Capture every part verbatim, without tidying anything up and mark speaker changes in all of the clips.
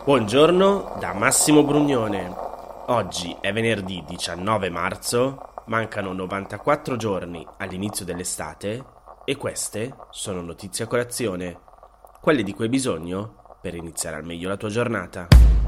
Speaker 1: Buongiorno da Massimo Brugnone. Oggi è venerdì diciannove marzo, mancano novantaquattro giorni all'inizio dell'estate e queste sono notizie a colazione, quelle di cui hai bisogno per iniziare al meglio la tua giornata.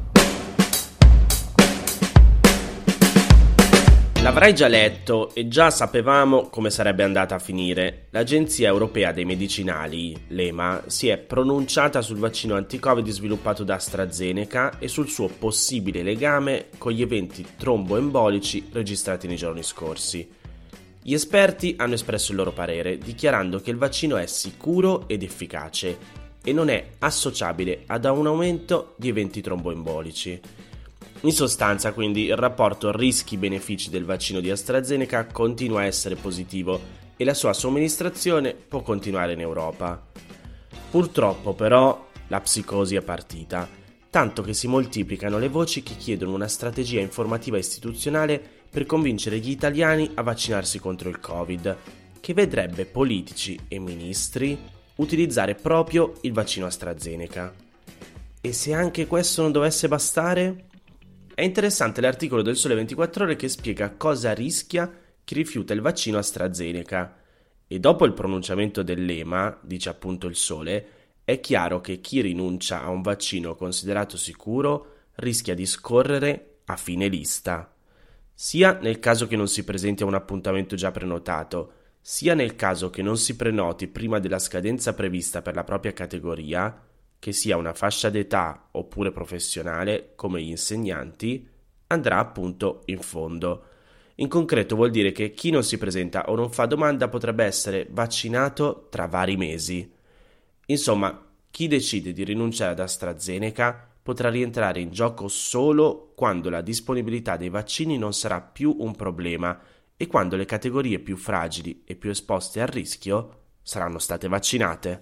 Speaker 1: L'avrai già letto e già sapevamo come sarebbe andata a finire. L'Agenzia Europea dei Medicinali, l'E M A, si è pronunciata sul vaccino anti-Covid sviluppato da AstraZeneca e sul suo possibile legame con gli eventi tromboembolici registrati nei giorni scorsi. Gli esperti hanno espresso il loro parere, dichiarando che il vaccino è sicuro ed efficace e non è associabile ad un aumento di eventi tromboembolici. In sostanza, quindi, il rapporto rischi-benefici del vaccino di AstraZeneca continua a essere positivo e la sua somministrazione può continuare in Europa. Purtroppo, però, la psicosi è partita, tanto che si moltiplicano le voci che chiedono una strategia informativa istituzionale per convincere gli italiani a vaccinarsi contro il Covid, che vedrebbe politici e ministri utilizzare proprio il vaccino AstraZeneca. E se anche questo non dovesse bastare? È interessante l'articolo del Sole ventiquattro Ore che spiega cosa rischia chi rifiuta il vaccino AstraZeneca. E dopo il pronunciamento dell'E M A, dice appunto il Sole, è chiaro che chi rinuncia a un vaccino considerato sicuro rischia di scorrere a fine lista. Sia nel caso che non si presenti a un appuntamento già prenotato, sia nel caso che non si prenoti prima della scadenza prevista per la propria categoria, che sia una fascia d'età oppure professionale, come gli insegnanti, andrà appunto in fondo. In concreto vuol dire che chi non si presenta o non fa domanda potrebbe essere vaccinato tra vari mesi. Insomma, chi decide di rinunciare ad AstraZeneca potrà rientrare in gioco solo quando la disponibilità dei vaccini non sarà più un problema e quando le categorie più fragili e più esposte al rischio saranno state vaccinate.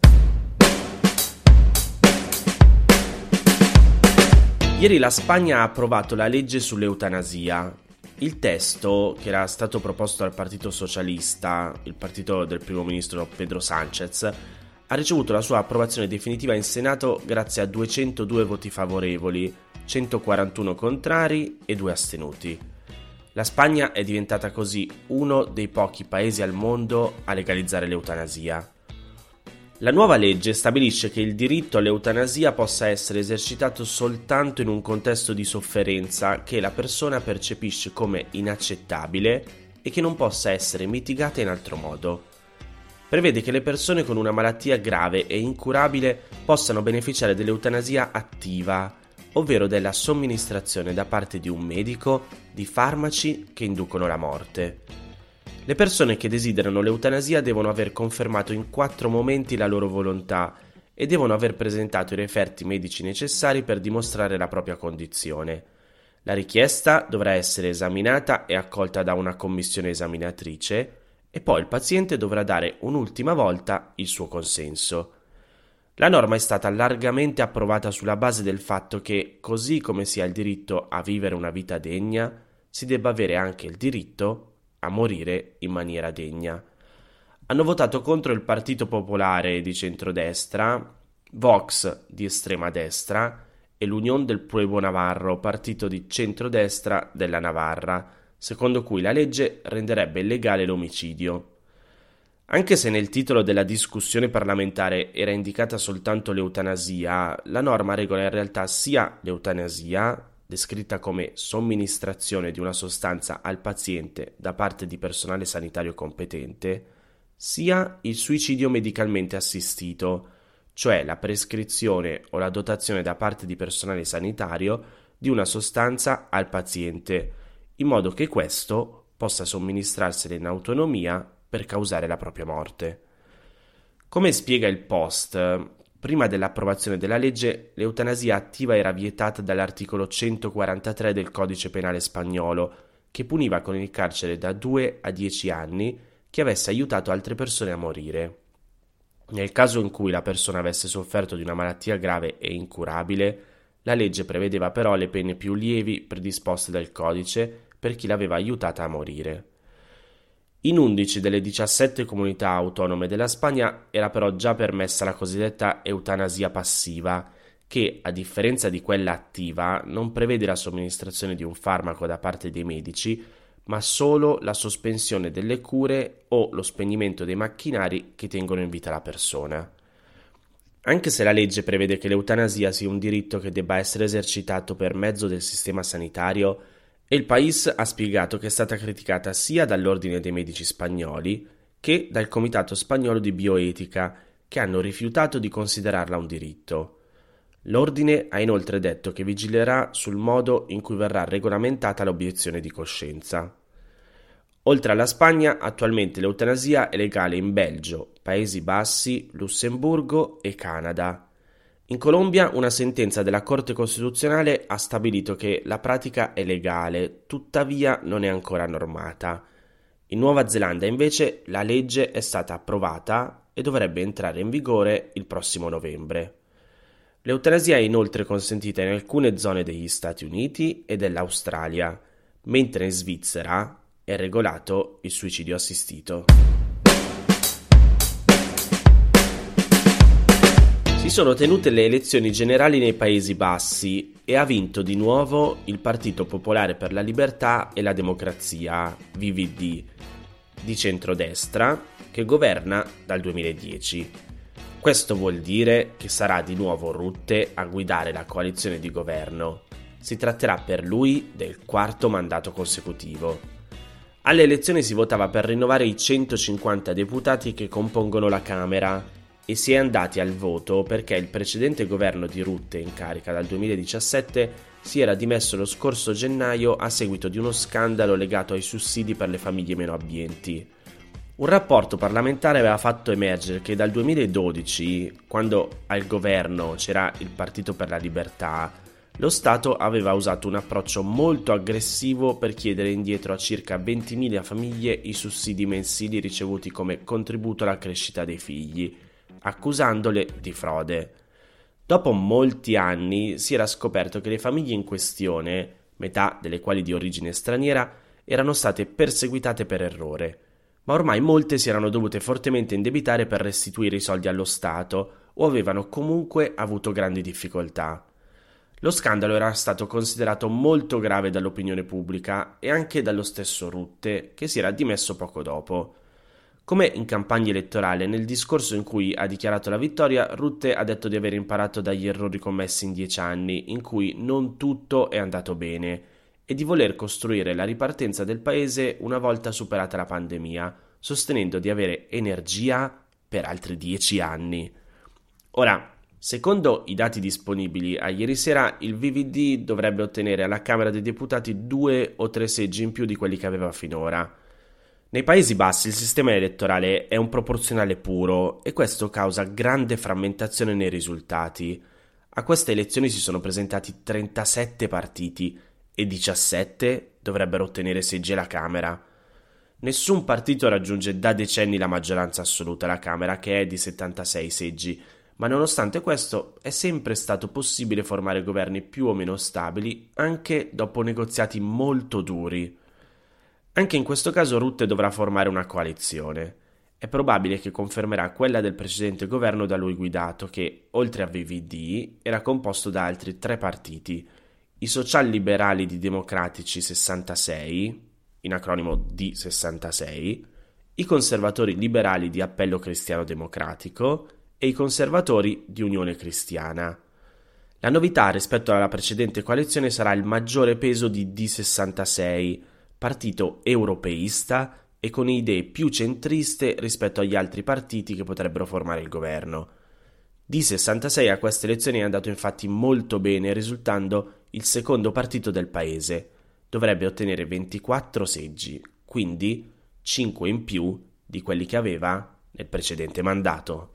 Speaker 1: Ieri la Spagna ha approvato la legge sull'eutanasia. Il testo, che era stato proposto dal Partito Socialista, il partito del primo ministro Pedro Sánchez, ha ricevuto la sua approvazione definitiva in Senato grazie a duecentodue voti favorevoli, centoquarantuno contrari e due astenuti. La Spagna è diventata così uno dei pochi paesi al mondo a legalizzare l'eutanasia. La nuova legge stabilisce che il diritto all'eutanasia possa essere esercitato soltanto in un contesto di sofferenza che la persona percepisce come inaccettabile e che non possa essere mitigata in altro modo. Prevede che le persone con una malattia grave e incurabile possano beneficiare dell'eutanasia attiva, ovvero della somministrazione da parte di un medico di farmaci che inducono la morte. Le persone che desiderano l'eutanasia devono aver confermato in quattro momenti la loro volontà e devono aver presentato i referti medici necessari per dimostrare la propria condizione. La richiesta dovrà essere esaminata e accolta da una commissione esaminatrice e poi il paziente dovrà dare un'ultima volta il suo consenso. La norma è stata largamente approvata sulla base del fatto che, così come si ha il diritto a vivere una vita degna, si debba avere anche il diritto a morire in maniera degna. Hanno votato contro il Partito Popolare di centrodestra, Vox di estrema destra e l'Unión del Pueblo Navarro, partito di centrodestra della Navarra, secondo cui la legge renderebbe illegale l'omicidio. Anche se nel titolo della discussione parlamentare era indicata soltanto l'eutanasia, la norma regola in realtà sia l'eutanasia, descritta come somministrazione di una sostanza al paziente da parte di personale sanitario competente, sia il suicidio medicalmente assistito, cioè la prescrizione o la dotazione da parte di personale sanitario di una sostanza al paziente, in modo che questo possa somministrarsela in autonomia per causare la propria morte. Come spiega il Post, prima dell'approvazione della legge, l'eutanasia attiva era vietata dall'articolo centoquarantatré del Codice Penale spagnolo, che puniva con il carcere da due a dieci anni chi avesse aiutato altre persone a morire. Nel caso in cui la persona avesse sofferto di una malattia grave e incurabile, la legge prevedeva però le pene più lievi predisposte dal codice per chi l'aveva aiutata a morire. In undici delle diciassette comunità autonome della Spagna era però già permessa la cosiddetta eutanasia passiva, che, a differenza di quella attiva, non prevede la somministrazione di un farmaco da parte dei medici, ma solo la sospensione delle cure o lo spegnimento dei macchinari che tengono in vita la persona. Anche se la legge prevede che l'eutanasia sia un diritto che debba essere esercitato per mezzo del sistema sanitario, El País ha spiegato che è stata criticata sia dall'Ordine dei Medici Spagnoli che dal Comitato Spagnolo di Bioetica, che hanno rifiutato di considerarla un diritto. L'Ordine ha inoltre detto che vigilerà sul modo in cui verrà regolamentata l'obiezione di coscienza. Oltre alla Spagna, attualmente l'eutanasia è legale in Belgio, Paesi Bassi, Lussemburgo e Canada. In Colombia una sentenza della Corte Costituzionale ha stabilito che la pratica è legale, tuttavia non è ancora normata. In Nuova Zelanda invece la legge è stata approvata e dovrebbe entrare in vigore il prossimo novembre. L'eutanasia è inoltre consentita in alcune zone degli Stati Uniti e dell'Australia, mentre in Svizzera è regolato il suicidio assistito. Si sono tenute le elezioni generali nei Paesi Bassi e ha vinto di nuovo il Partito Popolare per la Libertà e la Democrazia, V V D, di centrodestra, che governa dal duemiladieci. Questo vuol dire che sarà di nuovo Rutte a guidare la coalizione di governo. Si tratterà per lui del quarto mandato consecutivo. Alle elezioni si votava per rinnovare i centocinquanta deputati che compongono la Camera e si è andati al voto perché il precedente governo di Rutte, in carica dal duemiladiciassette, si era dimesso lo scorso gennaio a seguito di uno scandalo legato ai sussidi per le famiglie meno abbienti. Un rapporto parlamentare aveva fatto emergere che dal duemiladodici, quando al governo c'era il Partito per la Libertà, lo Stato aveva usato un approccio molto aggressivo per chiedere indietro a circa ventimila famiglie i sussidi mensili ricevuti come contributo alla crescita dei figli, accusandole di frode. Dopo molti anni si era scoperto che le famiglie in questione, metà delle quali di origine straniera, erano state perseguitate per errore, ma ormai molte si erano dovute fortemente indebitare per restituire i soldi allo Stato o avevano comunque avuto grandi difficoltà. Lo scandalo era stato considerato molto grave dall'opinione pubblica e anche dallo stesso Rutte, che si era dimesso poco dopo. Come in campagna elettorale, nel discorso in cui ha dichiarato la vittoria, Rutte ha detto di aver imparato dagli errori commessi in dieci anni, in cui non tutto è andato bene, e di voler costruire la ripartenza del paese una volta superata la pandemia, sostenendo di avere energia per altri dieci anni. Ora, secondo i dati disponibili a ieri sera, il V V D dovrebbe ottenere alla Camera dei Deputati due o tre seggi in più di quelli che aveva finora. Nei Paesi Bassi il sistema elettorale è un proporzionale puro e questo causa grande frammentazione nei risultati. A queste elezioni si sono presentati trentasette partiti e diciassette dovrebbero ottenere seggi alla Camera. Nessun partito raggiunge da decenni la maggioranza assoluta alla Camera, che è di settantasei seggi, ma nonostante questo è sempre stato possibile formare governi più o meno stabili anche dopo negoziati molto duri. Anche in questo caso Rutte dovrà formare una coalizione. È probabile che confermerà quella del precedente governo da lui guidato, che, oltre a V V D, era composto da altri tre partiti: i socialliberali di Democratici sessantasei, in acronimo D sessantasei, i conservatori liberali di Appello Cristiano Democratico e i conservatori di Unione Cristiana. La novità rispetto alla precedente coalizione sarà il maggiore peso di D sessantasei, partito europeista e con idee più centriste rispetto agli altri partiti che potrebbero formare il governo. D sessantasei a queste elezioni è andato infatti molto bene, risultando il secondo partito del paese. Dovrebbe ottenere ventiquattro seggi, quindi cinque in più di quelli che aveva nel precedente mandato.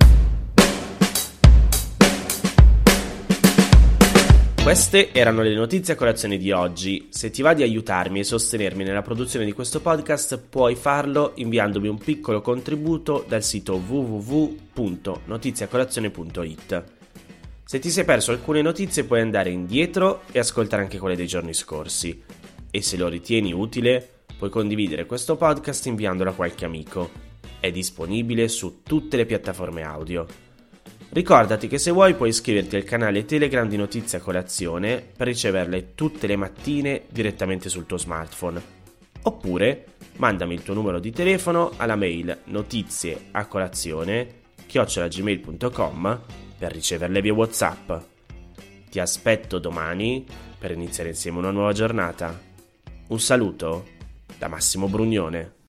Speaker 1: Queste erano le notizie a colazione di oggi. Se ti va di aiutarmi e sostenermi nella produzione di questo podcast, puoi farlo inviandomi un piccolo contributo dal sito w w w punto notiziacolazione punto i t. Se ti sei perso alcune notizie puoi andare indietro e ascoltare anche quelle dei giorni scorsi. E se lo ritieni utile, puoi condividere questo podcast inviandolo a qualche amico. È disponibile su tutte le piattaforme audio. Ricordati che se vuoi puoi iscriverti al canale Telegram di Notizie a Colazione per riceverle tutte le mattine direttamente sul tuo smartphone. Oppure mandami il tuo numero di telefono alla mail notizieacolazione chiocciola gmail punto com per riceverle via WhatsApp. Ti aspetto domani per iniziare insieme una nuova giornata. Un saluto da Massimo Brugnone.